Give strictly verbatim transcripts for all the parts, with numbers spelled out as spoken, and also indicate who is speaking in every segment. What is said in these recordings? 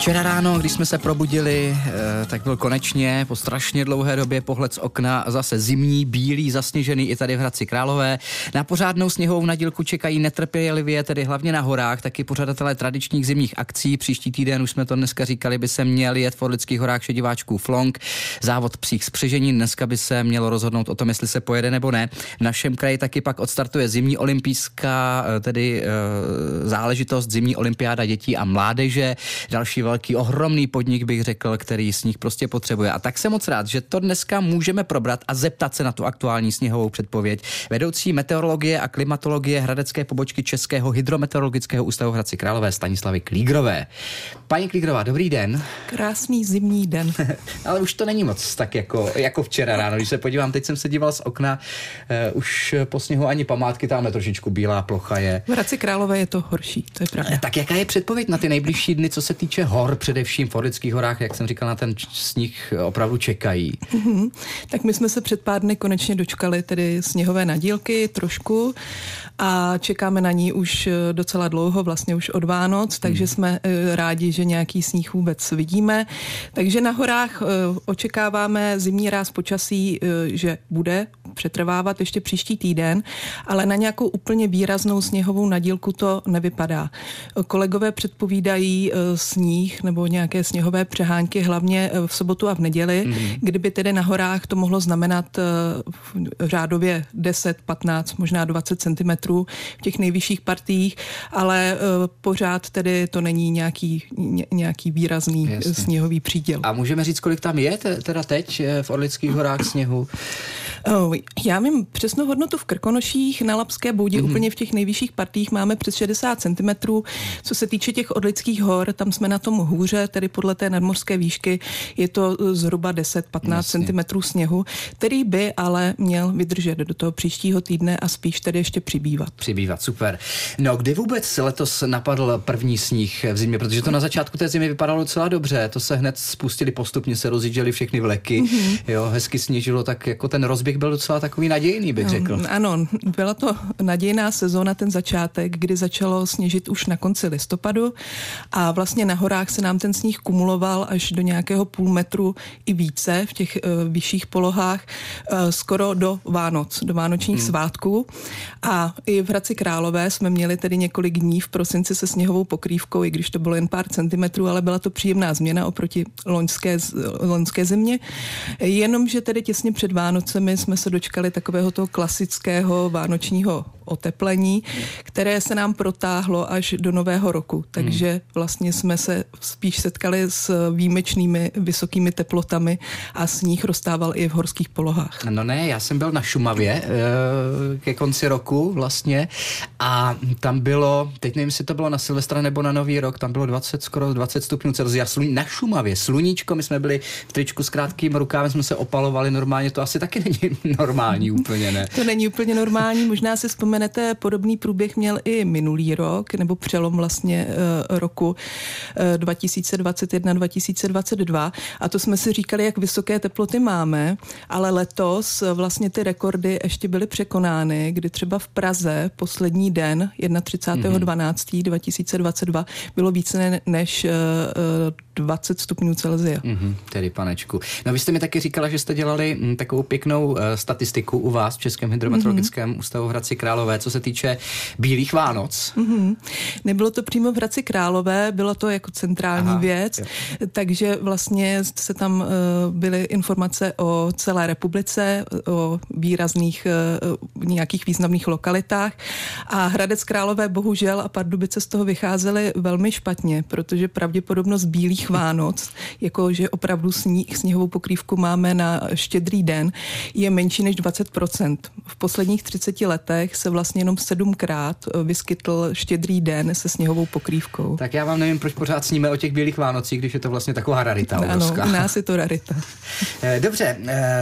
Speaker 1: Včera ráno, když jsme se probudili, tak byl konečně po strašně dlouhé době pohled z okna zase zimní, bílý, zasněžený i tady v Hradci Králové. Na pořádnou sněhovou nadílku čekají netrpělivě, tedy hlavně na horách, taky pořadatelé tradičních zimních akcí. Příští týden, už jsme to dneska říkali, by se měl jet v Orlických horách šediváčků Flonk, závod psích spřežení. Dneska by se mělo rozhodnout o tom, jestli se pojede nebo ne. V našem kraji taky pak odstartuje zimní olympijská, tedy e, záležitost, zimní olympiáda dětí a mládeže. Další velký, ohromný podnik, bych řekl, který sníh prostě potřebuje. A tak jsem moc rád, že to dneska můžeme probrat a zeptat se na tu aktuální sněhovou předpověď vedoucí meteorologie a klimatologie hradecké pobočky Českého hydrometeorologického ústavu v Hradci Králové Stanislavy Klígrové. Paní Klígrová, dobrý den.
Speaker 2: Krásný zimní den.
Speaker 1: Ale už to není moc tak jako, jako včera ráno. Když se podívám, teď jsem se díval z okna, uh, už po sněhu ani památky, tamhle trošičku bílá plocha je.
Speaker 2: V Hradci Králové je to horší, to je pravda.
Speaker 1: Tak jaká je předpověď na ty nejbližší dny, co se týče hor, především v Orlických horách, jak jsem říkal, na ten sníh opravdu čekají?
Speaker 2: Mm-hmm. Tak my jsme se před pár dny konečně dočkali tedy sněhové nadílky trošku a čekáme na ní už docela dlouho, vlastně už od Vánoc, takže mm. jsme rádi, že nějaký sníh vůbec vidíme. Takže na horách očekáváme zimní ráz počasí, že bude přetrvávat ještě příští týden, ale na nějakou úplně výraznou sněhovou nadílku to nevypadá. Kolegové předpovídají sníh nebo nějaké sněhové přehánky hlavně v sobotu a v neděli, mm. kdyby tedy na horách to mohlo znamenat v řádově deset, patnáct, možná dvacet centimetrů v těch nejvyšších partiích, ale pořád tedy to není nějaký, nějaký výrazný Jasně. sněhový příděl.
Speaker 1: A můžeme říct, kolik tam je teda teď v Orlických horách sněhu?
Speaker 2: Já vím přesnou hodnotu v Krkonoších, na Labské boudě mm. úplně v těch nejvyšších partiích máme přes šedesát centimetrů. Co se týče těch Orlických hor, tam jsme na tom hůře, tedy podle té nadmořské výšky je to zhruba deset patnáct centimetrů sněhu, který by ale měl vydržet do toho příštího týdne a spíš tedy ještě přibývat.
Speaker 1: Přibývat, super. No, kdy vůbec letos napadl první sníh v zimě? Protože to na začátku té zimy vypadalo docela dobře, to se hned spustili postupně, se rozjížděly všechny vleky, mm-hmm. jo, hezky sněžilo, tak jako ten rozběh byl docela takový nadějný, bych řekl.
Speaker 2: Ano, byla to nadějná sezóna, ten začátek, kdy začalo sněžit už na konci listopadu a vlastně na horách se nám ten sníh kumuloval až do nějakého půl metru i více v těch uh, vyšších polohách, uh, skoro do Vánoc, do vánočních hmm. svátků. A i v Hradci Králové jsme měli tedy několik dní v prosinci se sněhovou pokrývkou, i když to bylo jen pár centimetrů, ale byla to příjemná změna oproti loňské, loňské zimě. Jenomže tedy těsně před Vánocemi jsme se dočkali takového toho klasického vánočního oteplení, které se nám protáhlo až do nového roku. Takže hmm. vlastně jsme se spíš setkali s výjimečnými vysokými teplotami a sníh roztával i v horských polohách.
Speaker 1: No ne, já jsem byl na Šumavě ke konci roku vlastně a tam bylo, teď nevím, jestli to bylo na Silvestra nebo na Nový rok, tam bylo dvacet, skoro dvacet stupňů Celsia na Šumavě, sluníčko, my jsme byli v tričku s krátkým rukávem, jsme se opalovali normálně, to asi taky není normální úplně, ne?
Speaker 2: To není úplně normální, možná si vzpomenete, podobný průběh měl i minulý rok, nebo přelom vlastně uh, roku uh, dva tisíce dvacet jedna dva tisíce dvacet dva a to jsme si říkali, jak vysoké teploty máme, ale letos vlastně ty rekordy ještě byly překonány, kdy třeba v Praze poslední den třicátého dvanáctého dva tisíce dvacet dva bylo více než uh, dvacet stupňů Celsia.
Speaker 1: Mm-hmm, tedy panečku. No vy jste mi taky říkala, že jste dělali m, takovou pěknou uh, statistiku u vás v Českém hydrometeorologickém mm-hmm. ústavu v Hradci Králové, co se týče bílých Vánoc.
Speaker 2: Mm-hmm. Nebylo to přímo v Hradci Králové, bylo to jako centrální Aha, věc, jo. takže vlastně se tam uh, byly informace o celé republice, o výrazných uh, nějakých významných lokalitách a Hradec Králové bohužel a Pardubice z toho vycházely velmi špatně, protože pravděpodobnost bílých Vánoc, jakože opravdu sníh, sněhovou pokrývku máme na Štědrý den, je menší než dvacet procent. V posledních třiceti letech se vlastně jenom sedmkrát vyskytl Štědrý den se sněhovou pokrývkou.
Speaker 1: Tak já vám nevím, proč pořád sníme o těch bílých Vánocích, když je to vlastně taková rarita.
Speaker 2: Ano, u nás je to rarita.
Speaker 1: Dobře,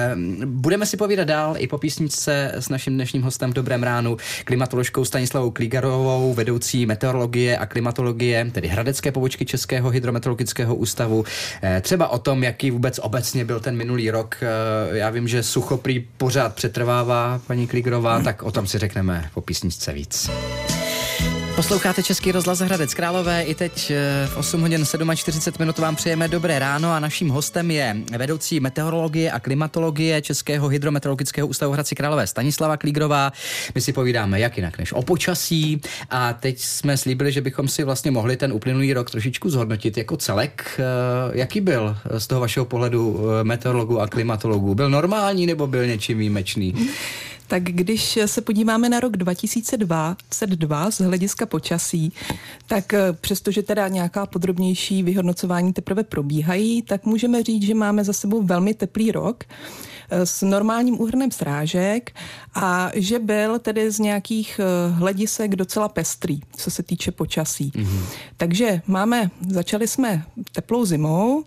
Speaker 1: budeme si povídat dál i po písničce s naším dnešním hostem v Dobrém ránu, klimatoložkou Stanislavou Klígrovou, vedoucí meteorologie a klimatologie, tedy hradecké pobočky Českého hydrometeorologického ústavu. Třeba o tom, jaký vůbec obecně byl ten minulý rok. Já vím, že sucho prý pořád přetrvává, paní Klígrová, tak o tom si řekneme po písničce víc. Posloucháte Český rozhlas Hradec Králové. I teď v osm hodin čtyřicet sedm minut vám přejeme dobré ráno a naším hostem je vedoucí meteorologie a klimatologie Českého hydrometeorologického ústavu Hradci Králové Stanislava Klígrová. My si povídáme jak jinak než o počasí a teď jsme slíbili, že bychom si vlastně mohli ten uplynulý rok trošičku zhodnotit jako celek. Jaký byl z toho vašeho pohledu meteorologů a klimatologů? Byl normální nebo byl něčím výjimečný?
Speaker 2: Tak když se podíváme na rok dva tisíce dvacet dva z hlediska počasí, tak přestože teda nějaká podrobnější vyhodnocování teprve probíhají, tak můžeme říct, že máme za sebou velmi teplý rok s normálním úhrnem srážek a že byl tedy z nějakých hledisek docela pestrý, co se týče počasí. Mm-hmm. Takže máme, začali jsme teplou zimou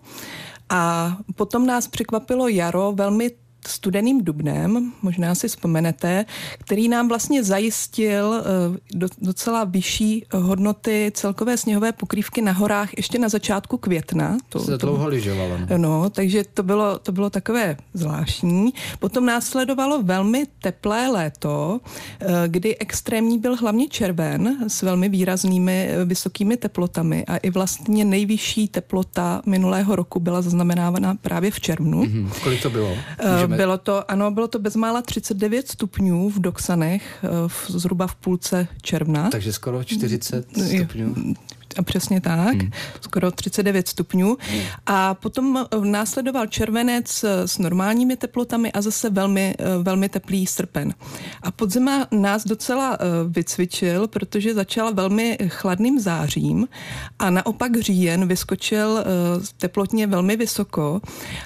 Speaker 2: a potom nás překvapilo jaro velmi studeným dubnem, možná si vzpomenete, který nám vlastně zajistil docela vyšší hodnoty celkové sněhové pokrývky na horách ještě na začátku května.
Speaker 1: To se to dlouho lyžovalo.
Speaker 2: No, no takže to bylo, to bylo takové zvláštní. Potom následovalo velmi teplé léto, kdy extrémní byl hlavně červen s velmi výraznými vysokými teplotami a i vlastně nejvyšší teplota minulého roku byla zaznamenávána právě v červnu.
Speaker 1: Mm-hmm. Kolik to bylo? Můžeme...
Speaker 2: Bylo to, ano, bylo to bezmála třicet devět stupňů v Doksanech, v, zhruba v půlce června.
Speaker 1: Takže skoro čtyřicet stupňů.
Speaker 2: A přesně tak, hmm. skoro třicet devět stupňů. Hmm. A potom následoval červenec s normálními teplotami a zase velmi, velmi teplý srpen. A podzima nás docela vycvičil, protože začala velmi chladným zářím a naopak říjen vyskočil teplotně velmi vysoko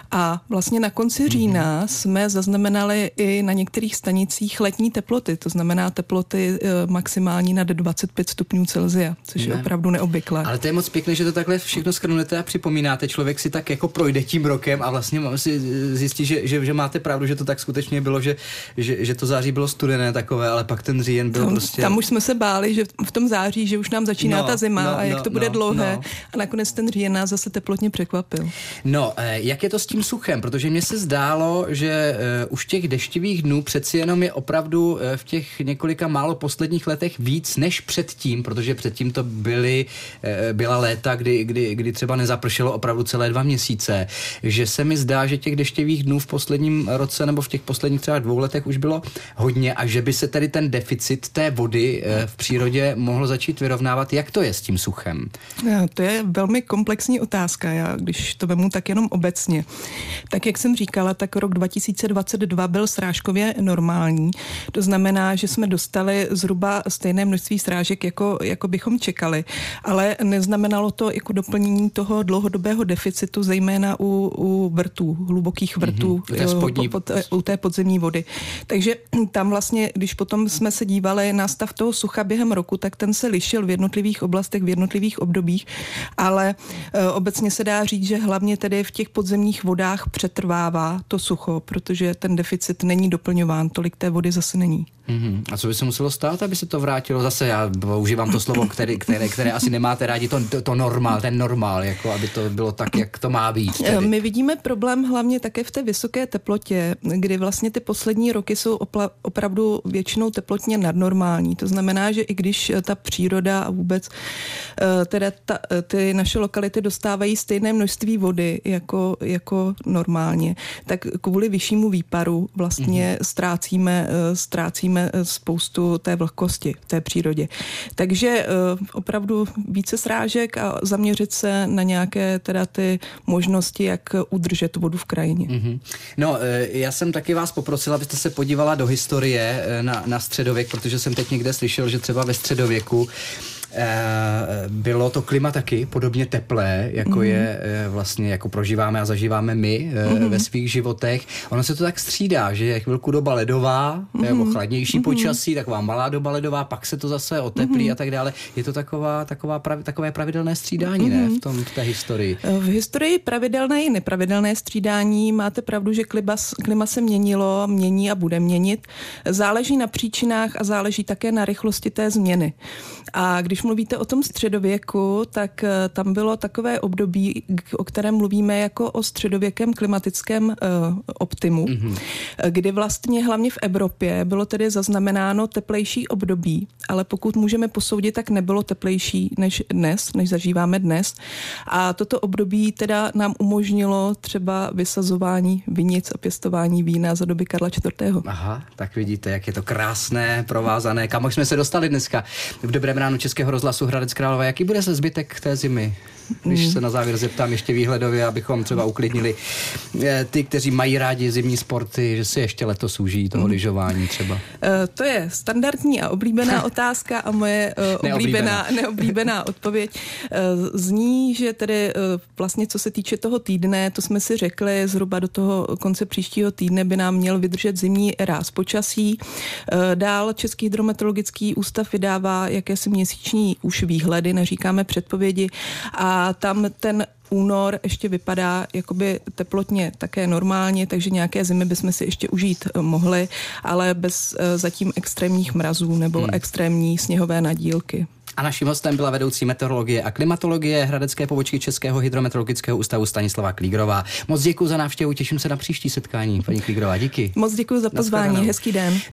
Speaker 2: a vlastně na konci října hmm. jsme zaznamenali i na některých stanicích letní teploty, to znamená teploty maximální nad dvacet pět stupňů Celsia, což ne. je opravdu neobvyklé.
Speaker 1: Ale to je moc pěkné, že to takhle všechno shrnujete a připomínáte. Člověk si tak jako projde tím rokem a vlastně si zjistí, že, že, že máte pravdu, že to tak skutečně bylo, že, že, že to září bylo studené takové, ale pak ten říjen byl
Speaker 2: tam,
Speaker 1: prostě...
Speaker 2: Tam už jsme se báli, že v tom září, že už nám začíná no, ta zima no, a jak
Speaker 1: no,
Speaker 2: to bude
Speaker 1: no,
Speaker 2: dlouhé
Speaker 1: no.
Speaker 2: a nakonec ten říjen nás zase teplotně překvapil.
Speaker 1: No, jak je to s tím suchem? Protože mně se zdálo, že uh, už těch deštivých dnů přeci jenom je opravdu uh, v těch několika málo posledních letech víc než předtím, protože předtím to byly byla léta, kdy, kdy, kdy třeba nezapršelo opravdu celé dva měsíce, že se mi zdá, že těch deštěvých dnů v posledním roce nebo v těch posledních třeba dvou letech už bylo hodně a že by se tedy ten deficit té vody v přírodě mohl začít vyrovnávat. Jak to je s tím suchem?
Speaker 2: No, to je velmi komplexní otázka, já když to vemu tak jenom obecně. Tak jak jsem říkala, tak rok dva tisíce dvacet dva byl srážkově normální. To znamená, že jsme dostali zhruba stejné množství srážek, jako, jako bychom čekali. Ale neznamenalo to jako doplnění toho dlouhodobého deficitu, zejména u, u vrtů, hlubokých vrtů, mm-hmm. pod, u té podzemní vody. Takže tam vlastně, když potom jsme se dívali na stav toho sucha během roku, tak ten se lišil v jednotlivých oblastech, v jednotlivých obdobích, ale e, obecně se dá říct, že hlavně tedy v těch podzemních vodách přetrvává to sucho, protože ten deficit není doplňován, tolik té vody zase není.
Speaker 1: Mm-hmm. A co by se muselo stát, aby se to vrátilo? Zase já používám to slovo, které, které, které asi nemáte rádi, to, to, to normál, ten normál, jako aby to bylo tak, jak to má být. Tedy.
Speaker 2: My vidíme problém hlavně také v té vysoké teplotě, kdy vlastně ty poslední roky jsou opla- opravdu většinou teplotně nadnormální. To znamená, že i když ta příroda a vůbec teda ta, ty naše lokality dostávají stejné množství vody jako, jako normálně, tak kvůli vyššímu výparu vlastně mm-hmm. ztrácíme, ztrácíme spoustu té vlhkosti v té přírodě. Takže opravdu více srážek a zaměřit se na nějaké teda ty možnosti, jak udržet vodu v krajině. Mm-hmm.
Speaker 1: No, já jsem taky vás poprosila, abyste se podívala do historie na, na středověk, protože jsem teď někde slyšel, že třeba ve středověku bylo to klima taky podobně teplé, jako mm. je vlastně, jako prožíváme a zažíváme my mm. ve svých životech. Ono se to tak střídá, že je chvilku doba ledová, mm. nebo chladnější mm. počasí, taková malá doba ledová, pak se to zase oteplí mm. a tak dále. Je to taková, taková pravi, takové pravidelné střídání, mm. ne? V tom, v té historii.
Speaker 2: V historii pravidelné i nepravidelné střídání. Máte pravdu, že klima, klima se měnilo, mění a bude měnit. Záleží na příčinách a záleží také na rychlosti té změny. A když když mluvíte o tom středověku, tak tam bylo takové období, o kterém mluvíme jako o středověkém klimatickém uh, optimu, mm-hmm. kdy vlastně hlavně v Evropě bylo tedy zaznamenáno teplejší období, ale pokud můžeme posoudit, tak nebylo teplejší než dnes, než zažíváme dnes. A toto období teda nám umožnilo třeba vysazování vinic a pěstování vína za doby Karla čtvrtého.
Speaker 1: Aha, tak vidíte, jak je to krásné, provázané. Kam jsme se dostali dneska v Dobrém ránu Českého rozhlasu Hradec Králové. Jaký bude se zbytek té zimy? Když se na závěr zeptám ještě výhledově, abychom třeba uklidnili ty, kteří mají rádi zimní sporty, že si ještě letos užijí toho lyžování třeba. Uh,
Speaker 2: to je standardní a oblíbená otázka a moje uh, oblíbená, neoblíbená odpověď uh, zní, že tedy uh, vlastně co se týče toho týdne, to jsme si řekli, zhruba do toho konce příštího týdne by nám měl vydržet zimní ráz počasí. Uh, dál Český hydrometeorologický ústav vydává jakési měsíční už výhledy, neříkáme předpovědi, a A tam ten únor ještě vypadá jakoby teplotně také normálně, takže nějaké zimy bychom si ještě užít mohli, ale bez zatím extrémních mrazů nebo hmm. extrémní sněhové nadílky.
Speaker 1: A naším hostem byla vedoucí meteorologie a klimatologie hradecké pobočky Českého hydrometeorologického ústavu Stanislava Klígrová. Moc děkuji za návštěvu, těším se na příští setkání. Paní Klígrová, díky.
Speaker 2: Moc děkuji za pozvání, hezký den.